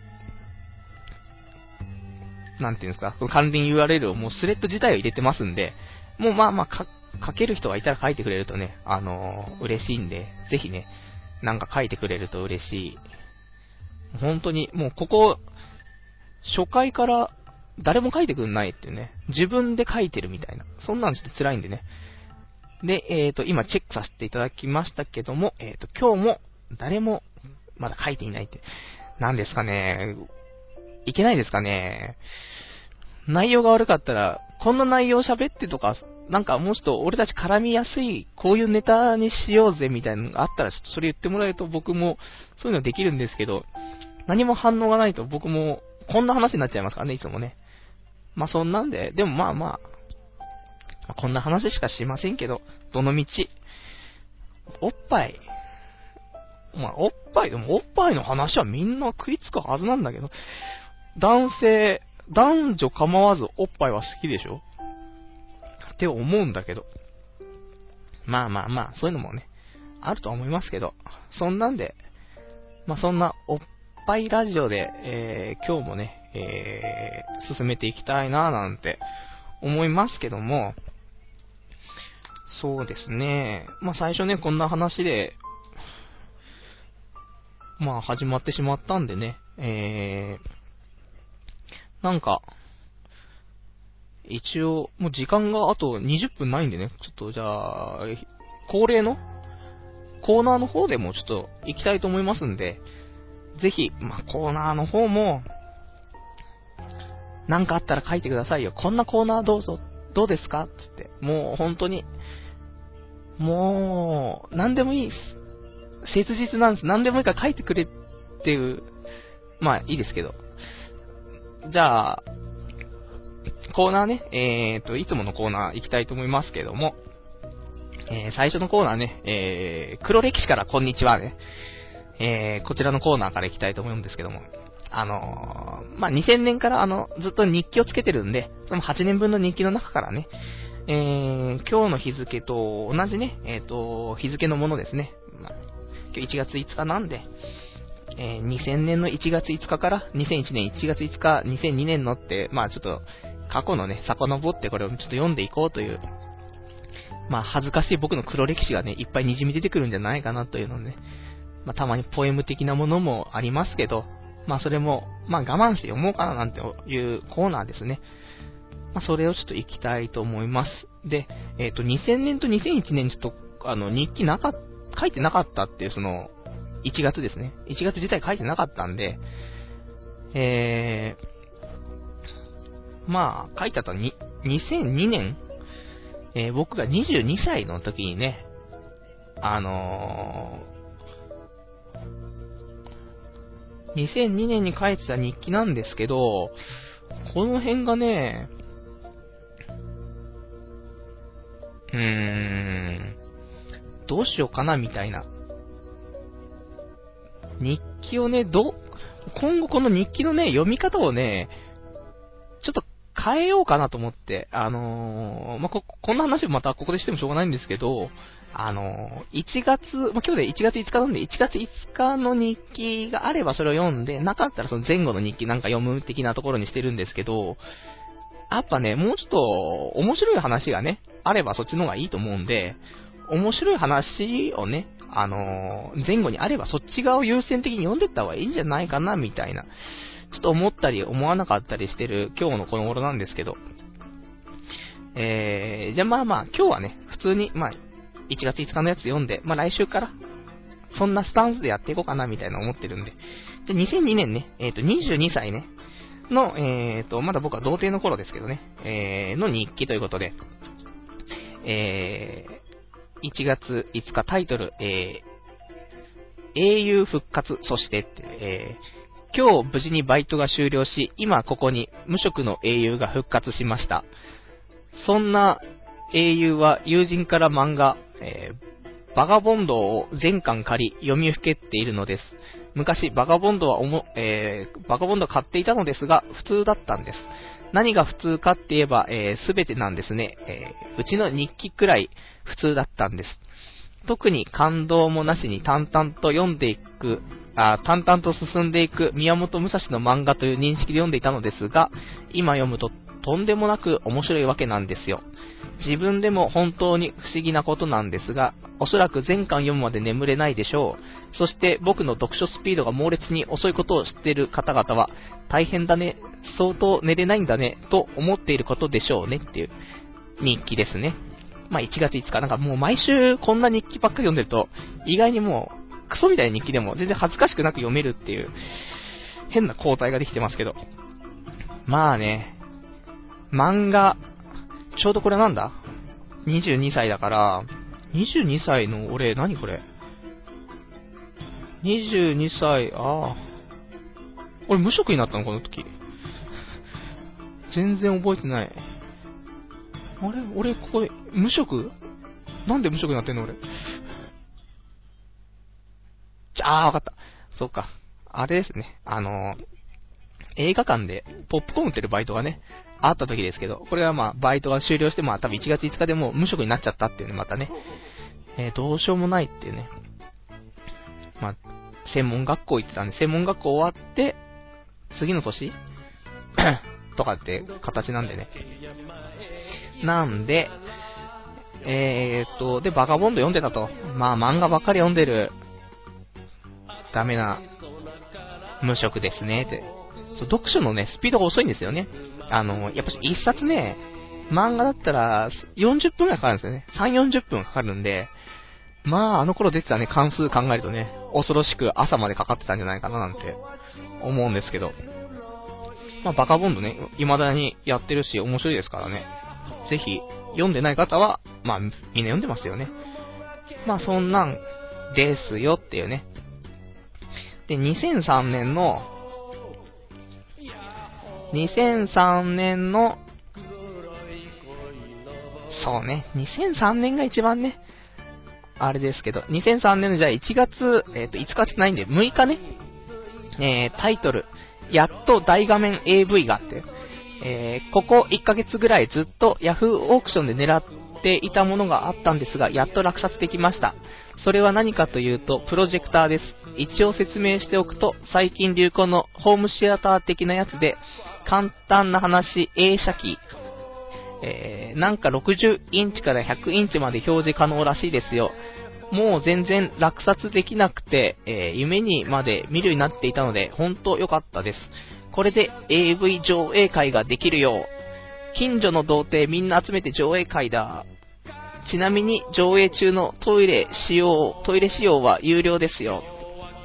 なんていうんですか、関連 URL をもうスレッド自体を入れてますんで、もうまあまあ書ける人がいたら書いてくれるとね、嬉しいんで、ぜひね、なんか書いてくれると嬉しい。本当に、もうここ、初回から誰も書いてくんないっていうね、自分で書いてるみたいな、そんなんちょっと辛いんでね。で、今チェックさせていただきましたけども、今日も誰もまだ書いていないって、なんですかね、いけないですかね。内容が悪かったら、こんな内容喋ってとか、なんかもうちょっと俺たち絡みやすい、こういうネタにしようぜみたいなのがあったら、ちょっとそれ言ってもらえると僕もそういうのできるんですけど、何も反応がないと僕もこんな話になっちゃいますからね、いつもね。まあそんなんで、でもまあまあ、こんな話しかしませんけど、どのみち、おっぱい、まあおっぱい、でもおっぱいの話はみんな食いつくはずなんだけど、男女構わずおっぱいは好きでしょって思うんだけど。まあまあまあ、そういうのもね、あるとは思いますけど、そんなんで、まあそんなおっぱいラジオで、今日もね、進めていきたいななんて思いますけども、そうですね、まあ最初ね、こんな話で、まあ始まってしまったんでね、なんか、一応、もう時間があと20分ないんでね、ちょっとじゃあ、恒例のコーナーの方でもちょっと行きたいと思いますんで、ぜひ、まあ、コーナーの方も、なんかあったら書いてくださいよ。こんなコーナーどうですかつって。もう本当に、もう、なんでもいいです。切実なんです。なんでもいいから書いてくれっていう、まあいいですけど。じゃあ、コーナーね、いつものコーナー行きたいと思いますけども、最初のコーナーね、黒歴史からこんにちはね、こちらのコーナーから行きたいと思うんですけども、まあ、2000年からずっと日記をつけてるんで、その8年分の日記の中からね、今日の日付と同じね、日付のものですね。まあ、今日1月5日なんで、2000年の1月5日から2001年1月5日、2002年のって、まあちょっと過去のね、遡ってこれをちょっと読んでいこうという、まあ恥ずかしい僕の黒歴史がね、いっぱい滲み出てくるんじゃないかなというのね、まあたまにポエム的なものもありますけど、まあそれも、まあ我慢して読もうかななんていうコーナーですね。まあそれをちょっと行きたいと思います。で、2000年と2001年ちょっと、日記書いてなかったっていうその、 1月ですね。1月自体書いてなかったんで、まあ、書いてあったのに、2002年、僕が22歳の時にね、2002年に書いてた日記なんですけど、この辺がね、どうしようかなみたいな。日記をね、今後この日記のね、読み方をね、ちょっと変えようかなと思って、まあ、こんな話またここでしてもしょうがないんですけど、1月、まあ、今日で1月5日なんで、1月5日の日記があればそれを読んで、なかったらその前後の日記なんか読む的なところにしてるんですけど、やっぱね、もうちょっと面白い話がね、あればそっちの方がいいと思うんで、面白い話をね、前後にあればそっち側を優先的に読んでった方がいいんじゃないかな、みたいな。ちょっと思ったり思わなかったりしてる今日のこの頃なんですけど。じゃあまあまあ、今日はね、普通に、まあ、1月5日のやつ読んで、まあ来週から、そんなスタンスでやっていこうかな、みたいな思ってるんで。じゃあ2002年ね、22歳ね、の、まだ僕は童貞の頃ですけどね、の日記ということで、1月5日タイトル、英雄復活、そしてって、今日無事にバイトが終了し、今ここに無職の英雄が復活しました。そんな英雄は友人から漫画、バガボンドを全巻借り読みふけっているのです。昔バガボンドはバガボンド買っていたのですが普通だったんです。何が普通かって言えば、すべてなんですね。うちの日記くらい普通だったんです。特に感動もなしに淡々と進んでいく宮本武蔵の漫画という認識で読んでいたのですが、今読むととんでもなく面白いわけなんですよ。自分でも本当に不思議なことなんですが、おそらく全巻読むまで眠れないでしょう。そして僕の読書スピードが猛烈に遅いことを知っている方々は、大変だね、相当寝れないんだね、と思っていることでしょうねっていう日記ですね。まあ1月5日、なんかもう毎週こんな日記ばっかり読んでると、意外にもうクソみたいな日記でも全然恥ずかしくなく読めるっていう、変な交代ができてますけど。まあね、漫画、ちょうどこれなんだ ?22 歳だから、22歳の俺、何これ ?22 歳、俺無職になったのこの時。全然覚えてない。あれ俺、ここで、無職なんで無職になってんの俺。わかった。そうか。あれですね。映画館でポップコーン売ってるバイトがね、あった時ですけど、これはまあ、バイトが終了して、まあ多分1月5日でもう無職になっちゃったっていうね、またね。どうしようもないっていうね。まあ、専門学校行ってたんで、専門学校終わって、次の年とかって形なんでね。なんで、で、バカボンド読んでたと。まあ、漫画ばっかり読んでる、ダメな、無職ですね、って。そう、読書のね、スピードが遅いんですよね。やっぱし一冊ね、漫画だったら、40分くらいかかるんですよね。3、40分かかるんで、まあ、あの頃出てたね、関数考えるとね、恐ろしく朝までかかってたんじゃないかななんて、思うんですけど。まあ、バカボンドね、未だにやってるし、面白いですからね。ぜひ、読んでない方は、まあ、みんな読んでますよね。まあ、そんなんですよっていうね。で、2003年の、そうね、2003年が一番ね、あれですけど、2003年のじゃあ1月、5日ってないんで、6日ね、タイトル、やっと大画面 AV があって、ここ1ヶ月ぐらいずっと Yahoo オークションで狙っていたものがあったんですが、やっと落札できました。それは何かというと、プロジェクターです。一応説明しておくと、最近流行のホームシアター的なやつで、簡単な話、映写機、なんか60インチから100インチまで表示可能らしいですよ。もう全然落札できなくて、夢にまで見るようになっていたので、本当良かったです。これで AV 上映会ができるよ。近所の童貞みんな集めて上映会だ。ちなみに上映中のトイレ使用は有料ですよ。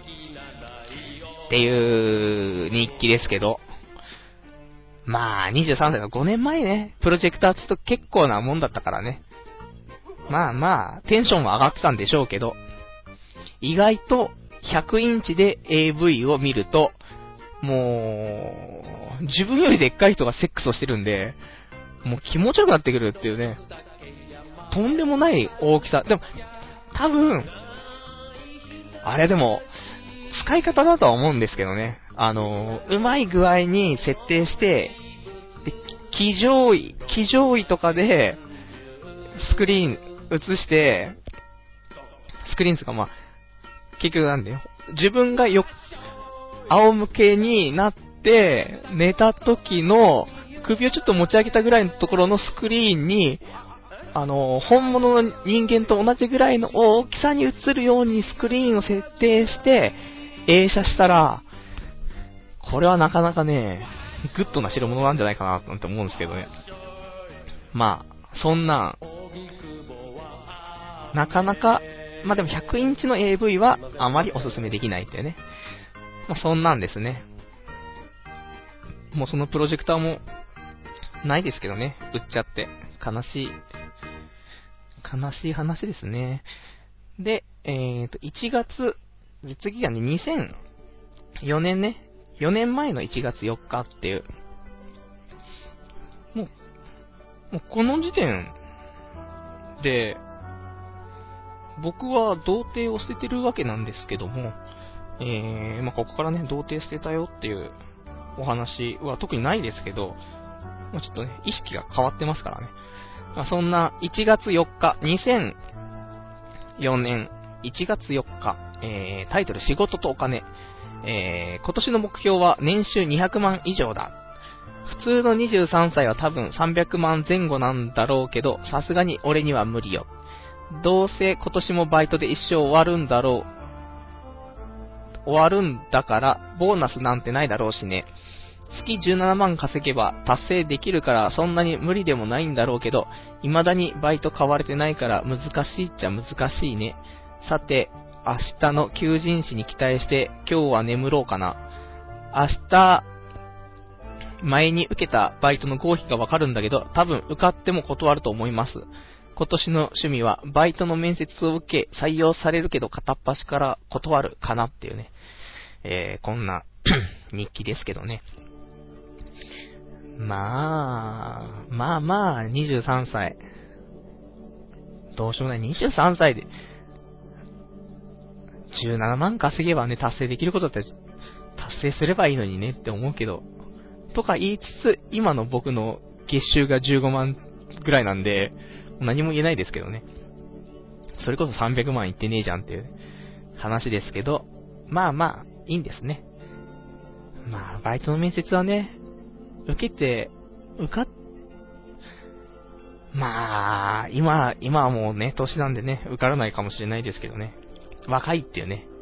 っていう日記ですけど、まあ、23歳の5年前ね、プロジェクターつと結構なもんだったからね。まあまあ、テンションは上がってたんでしょうけど、意外と100インチで AV を見ると、もう、自分よりでっかい人がセックスをしてるんで、もう気持ちよくなってくるっていうね、とんでもない大きさ。でも、多分、あれでも、使い方だとは思うんですけどね。うまい具合に設定して、で、騎乗位とかで、スクリーン映して、スクリーンつかまあ、結局なんだよ。自分が仰向けになって、寝た時の、首をちょっと持ち上げたぐらいのところのスクリーンに、本物の人間と同じぐらいの大きさに映るようにスクリーンを設定して、映写したら、これはなかなかね、グッドな代物なんじゃないかななんて思うんですけどね。まあ、そんな、なかなか、まあでも100インチの AV はあまりおすすめできないっていうね。まあそんなんですね。もうそのプロジェクターも、ないですけどね。売っちゃって。悲しい話ですね。で、1月、次がね、2004年ね。4年前の1月4日っていう。もうこの時点で、僕は童貞を捨ててるわけなんですけども、まあ、ここからね、童貞捨てたよっていうお話は特にないですけど、まあ、ちょっとね、意識が変わってますからね。まあ、そんな1月4日、2004年1月4日、タイトル仕事とお金、今年の目標は年収200万以上だ。普通の23歳は多分300万前後なんだろうけど、さすがに俺には無理よ。どうせ今年もバイトで一生終わるんだから、ボーナスなんてないだろうしね。月17万稼げば達成できるからそんなに無理でもないんだろうけど、未だにバイト買われてないから難しいっちゃ難しいね。さて、明日の求人誌に期待して今日は眠ろうかな。明日、前に受けたバイトの合否がわかるんだけど、多分受かっても断ると思います。今年の趣味はバイトの面接を受け採用されるけど片っ端から断るかなっていうね。こんな日記ですけどね。まあ、23歳。どうしようもない。23歳で、17万稼げばね、達成できることだったら、達成すればいいのにねって思うけど、とか言いつつ、今の僕の月収が15万ぐらいなんで、何も言えないですけどね。それこそ300万いってねえじゃんっていう話ですけど、まあまあ、いいんですね。まあ、バイトの面接はね、まあ、今はもうね、年なんでね、受からないかもしれないですけどね。若いっていうね。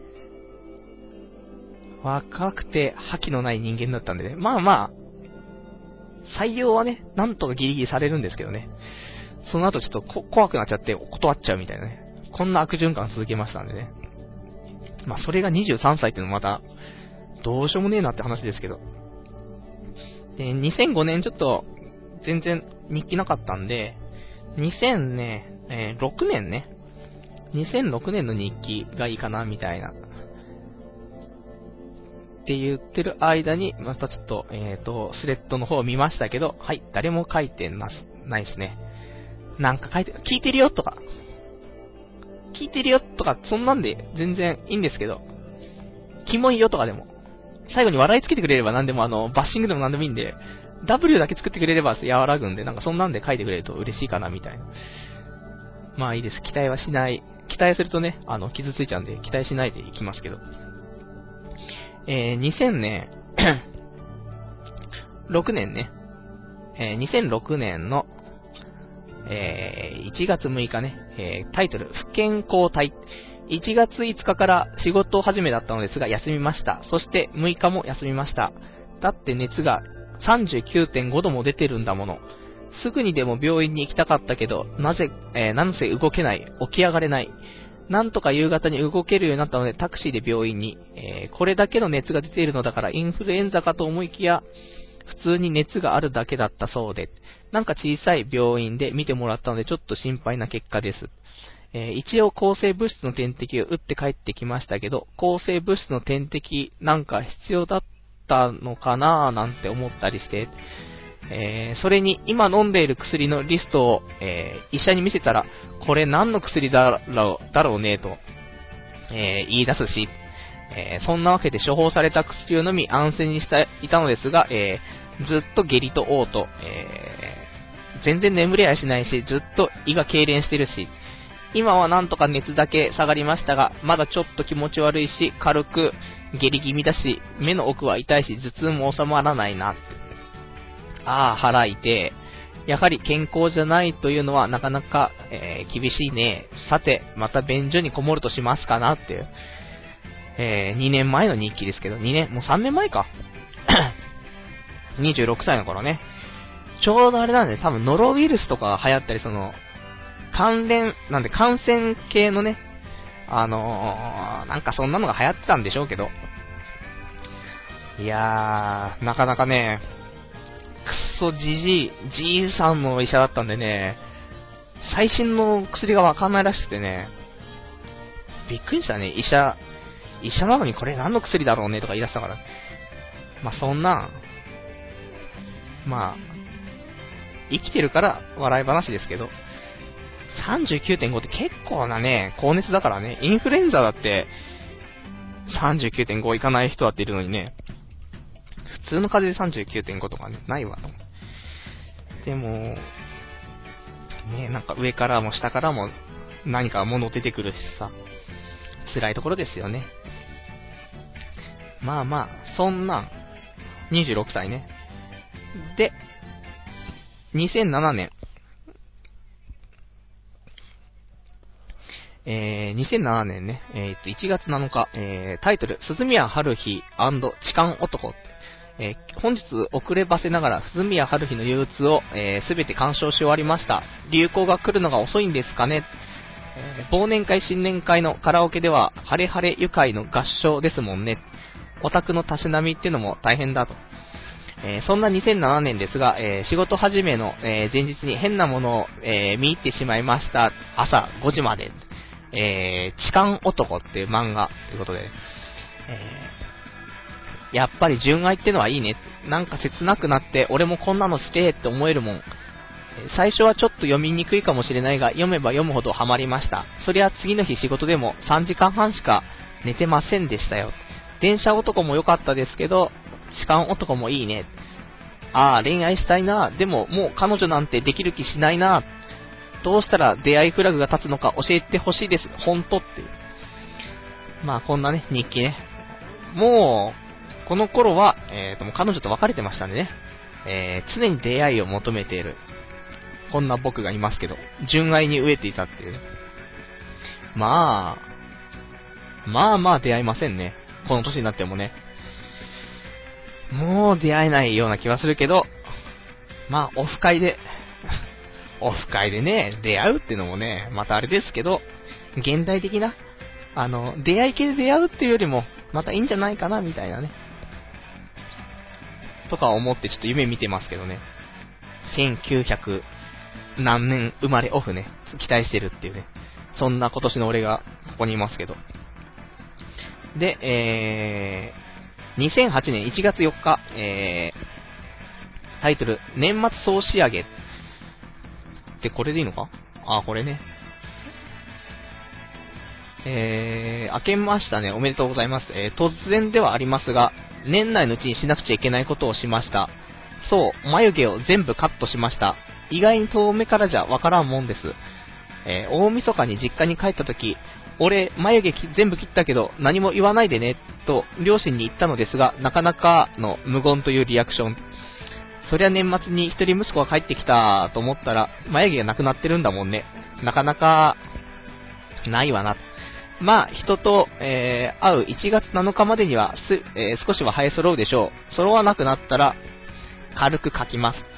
若くて覇気のない人間だったんでね。まあまあ、採用はね、なんとかギリギリされるんですけどね。その後ちょっと怖くなっちゃって断っちゃうみたいなね。こんな悪循環続けましたんでね。まあそれが23歳っていうのもまた、どうしようもねえなって話ですけど。で、2005年ちょっと、全然日記なかったんで、2006年ね。2006年の日記がいいかな、みたいな。って言ってる間に、またちょっと、スレッドの方を見ましたけど、はい、誰も書いてないですね。なんか聞いてるよとか、そんなんで全然いいんですけど、キモいよとかでも、最後に笑いつけてくれれば何でもバッシングでも何でもいいんで、W だけ作ってくれれば和らぐんで、なんかそんなんで書いてくれると嬉しいかなみたいな。まあいいです。期待はしない。期待するとね、傷ついちゃうんで、期待しないでいきますけど。2006年ね。2006年の、1月6日ね、タイトル、不健康体。1月5日から仕事始めだったのですが休みました。そして6日も休みました。だって熱が 39.5 度も出てるんだもの。すぐにでも病院に行きたかったけど、なんせ動けない、起き上がれない。 なんとか夕方に動けるようになったのでタクシーで病院に、これだけの熱が出ているのだからインフルエンザかと思いきや、普通に熱があるだけだったそうで、なんか小さい病院で見てもらったのでちょっと心配な結果です。一応抗生物質の点滴を打って帰ってきましたけど、抗生物質の点滴なんか必要だったのかなーなんて思ったりして、それに今飲んでいる薬のリストを、医者に見せたら、これ何の薬だろうねと、言い出すし、そんなわけで処方された薬を飲み安静にしていたのですが、ずっと下痢と嘔吐、全然眠れやしないし、ずっと胃が痙攣してるし、今はなんとか熱だけ下がりましたが、まだちょっと気持ち悪いし、軽く下痢気味だし、目の奥は痛いし、頭痛も収まらないな。ああ、腹痛い。やはり健康じゃないというのはなかなか、厳しいね。さて、また便所にこもるとしますかなっていう。2年前の日記ですけど、もう3年前か。26歳の頃ね。ちょうどあれなんで、多分ノロウイルスとかが流行ったり、感染系のね、なんかそんなのが流行ってたんでしょうけど。いやー、なかなかね、くっそじいさんの医者だったんでね、最新の薬がわかんないらしくてね、びっくりしたね、医者なのにこれ何の薬だろうねとか言い出したから。まあそんな、まあ、生きてるから笑い話ですけど、39.5 って結構なね、高熱だからね、インフルエンザだって、39.5 いかない人だっているのにね、普通の風邪で 39.5 とかね、ないわ。でも、ね、なんか上からも下からも何か物出てくるしさ、辛いところですよね。まあまあ、そんな、26歳ね。で、2007年。2007年ね、1月7日、タイトル、鈴宮春日痴漢男。本日遅ればせながら鈴宮春日の憂鬱をすべて鑑賞し終わりました。流行が来るのが遅いんですかね。忘年会新年会のカラオケではハレハレ愉快の合唱ですもんね。オタクのたしなみってのも大変だと。そんな2007年ですが、仕事始めの、前日に変なものを、見入ってしまいました。朝5時まで。痴漢男っていう漫画ということで、やっぱり純愛ってのはいいね。なんか切なくなって俺もこんなのしてって思えるもん。最初はちょっと読みにくいかもしれないが、読めば読むほどハマりました。そりゃ次の日仕事でも3時間半しか寝てませんでしたよ。電車男も良かったですけど、痴漢男もいいね。ああ、恋愛したいな。でももう彼女なんてできる気しないな。どうしたら出会いフラグが立つのか教えてほしいです。ほんとっていう。まあこんなね、日記ね。もう、この頃は、もう彼女と別れてましたんでね。常に出会いを求めている。こんな僕がいますけど、純愛に飢えていたっていう。まあ出会いませんね。この年になってもね。もう出会えないような気はするけど、まあオフ会でね、出会うっていうのもね、またあれですけど、現代的な、出会い系で出会うっていうよりも、またいいんじゃないかな、みたいなね。とか思ってちょっと夢見てますけどね。1900何年生まれオフね、期待してるっていうね。そんな今年の俺がここにいますけど。で、2008年1月4日、タイトル、年末総仕上げ。ってこれでいいのか？あ、これね。明けましたね。おめでとうございます。突然ではありますが、年内のうちにしなくちゃいけないことをしました。そう、眉毛を全部カットしました。意外に遠目からじゃわからんもんです。大晦日に実家に帰った時、俺、眉毛全部切ったけど、何も言わないでね、と、両親に言ったのですが、なかなかの無言というリアクション。そりゃ年末に一人息子が帰ってきたと思ったら、眉毛がなくなってるんだもんね。なかなか、ないわな。まあ、人と、会う1月7日までには少しは生え揃うでしょう。揃わなくなったら、軽く描きます。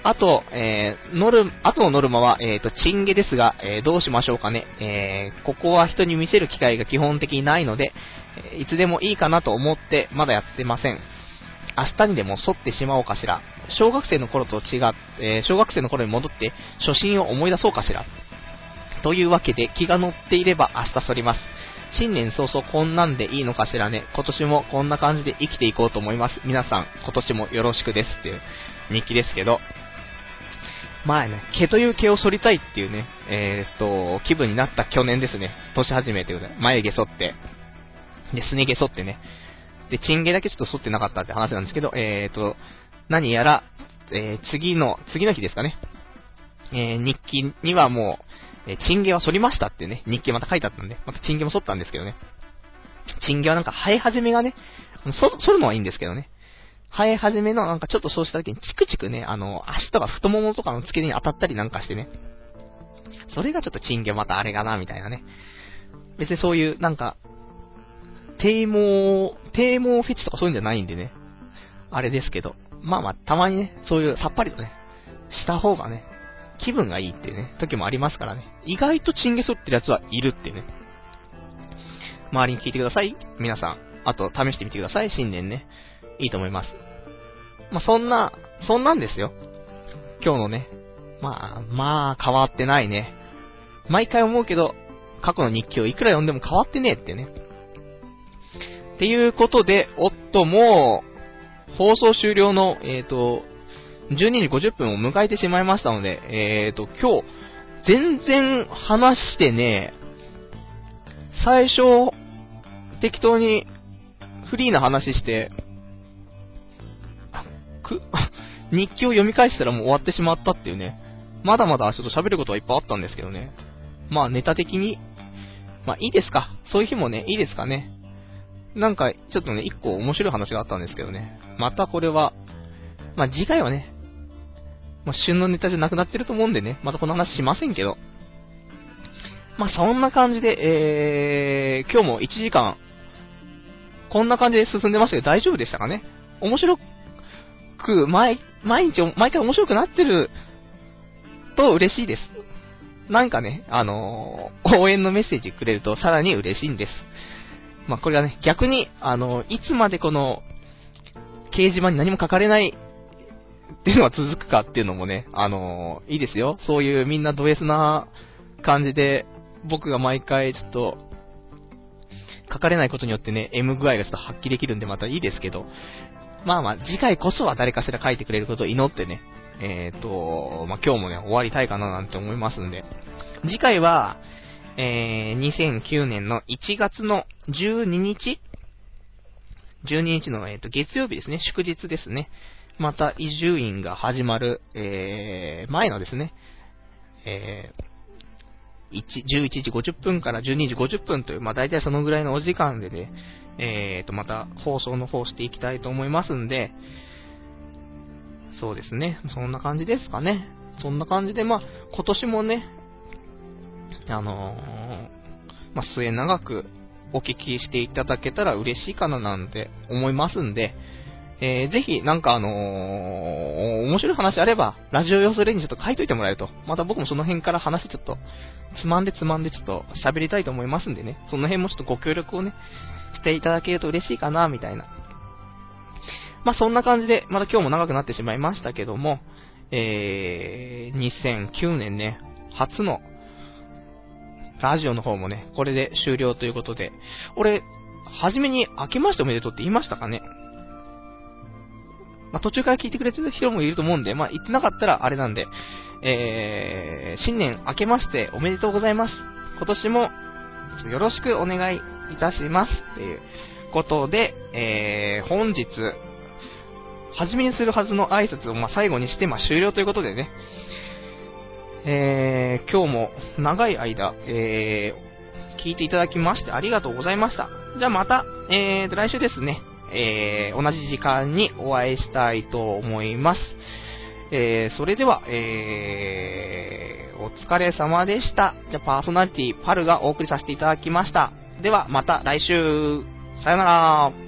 あとのノルマは、チンゲですが、どうしましょうかね。ここは人に見せる機会が基本的にないので、いつでもいいかなと思ってまだやってません。明日にでも沿ってしまおうかしら。小学生の頃と違って、小学生の頃に戻って初心を思い出そうかしら。というわけで気が乗っていれば明日反ります。新年早々こんなんでいいのかしらね。今年もこんな感じで生きていこうと思います。皆さん今年もよろしくですっていう日記ですけど、前ね、毛という毛を剃りたいっていうね、気分になった去年ですね。年始めということで、眉毛剃って、で、すね毛剃ってね。で、チン毛だけちょっと剃ってなかったって話なんですけど、何やら、次の日ですかね。日記にはもう、チン毛は剃りましたってね、日記また書いてあったんで、またチン毛も剃ったんですけどね。チン毛はなんか生え始めがね、剃るのはいいんですけどね。生え始めのなんかちょっとそうした時にチクチクね、足とか太ももとかの付け根に当たったりなんかしてね。それがちょっとチン毛またあれがな、みたいなね。別にそういうなんか、低毛フェチとかそういうんじゃないんでね。あれですけど。まあたまにね、そういうさっぱりとね、した方がね、気分がいいっていうね、時もありますからね。意外とチンゲ剃ってるやつはいるっていうね。周りに聞いてください。皆さん。あと、試してみてください。新年ね。いいと思います。そんなんですよ。今日のね。変わってないね。毎回思うけど、過去の日記をいくら読んでも変わってねえってね。っていうことで、もう、放送終了の、12時50分を迎えてしまいましたので、今日、全然話してね、最初、適当に、フリーな話して、日記を読み返したらもう終わってしまったっていうね。まだまだちょっと喋ることはいっぱいあったんですけどね。ネタ的に、いいですか。そういう日もね、いいですかね。なんか、ちょっとね、一個面白い話があったんですけどね。またこれは、次回はね、旬のネタじゃなくなってると思うんでね、またこの話しませんけど。そんな感じで、今日も1時間、こんな感じで進んでましたけど、大丈夫でしたかね。面白く、毎回面白くなってると嬉しいです。なんかね、応援のメッセージくれるとさらに嬉しいんです。これがね、逆に、いつまでこの、掲示板に何も書かれないっていうのが続くかっていうのもね、いいですよ。そういうみんなド S な感じで、僕が毎回ちょっと、書かれないことによってね、M 具合がちょっと発揮できるんでまたいいですけど、次回こそは誰かしら書いてくれることを祈ってね、今日もね、終わりたいかななんて思いますんで、次回は、2009年の1月の12日の、月曜日ですね、祝日ですね。また、伊集院が始まる、前のですね、11時50分から12時50分という、大体そのぐらいのお時間でね、また放送の方していきたいと思いますんで、そうですね、そんな感じですかね。そんな感じで、今年もね、末永くお聞きしていただけたら嬉しいかななんて思いますんで、ぜひなんか面白い話あれば、ラジオ用スレにちょっと書いといてもらえると、また僕もその辺から話ちょっと、つまんでちょっと喋りたいと思いますんでね、その辺もちょっとご協力をね、していただけると嬉しいかな、みたいな。そんな感じで、また今日も長くなってしまいましたけども、2009年ね、初の、ラジオの方もね、これで終了ということで、俺、初めに明けましておめでとうって言いましたかね。途中から聞いてくれてる人もいると思うんで、言ってなかったらあれなんで、新年明けましておめでとうございます。今年もよろしくお願いいたしますっていうことで、本日、初めにするはずの挨拶を最後にして終了ということでね、今日も長い間、聞いていただきましてありがとうございました。じゃあまた、来週ですね、同じ時間にお会いしたいと思います。それでは、お疲れ様でした。じゃあパーソナリティパルがお送りさせていただきました。ではまた来週、さよなら。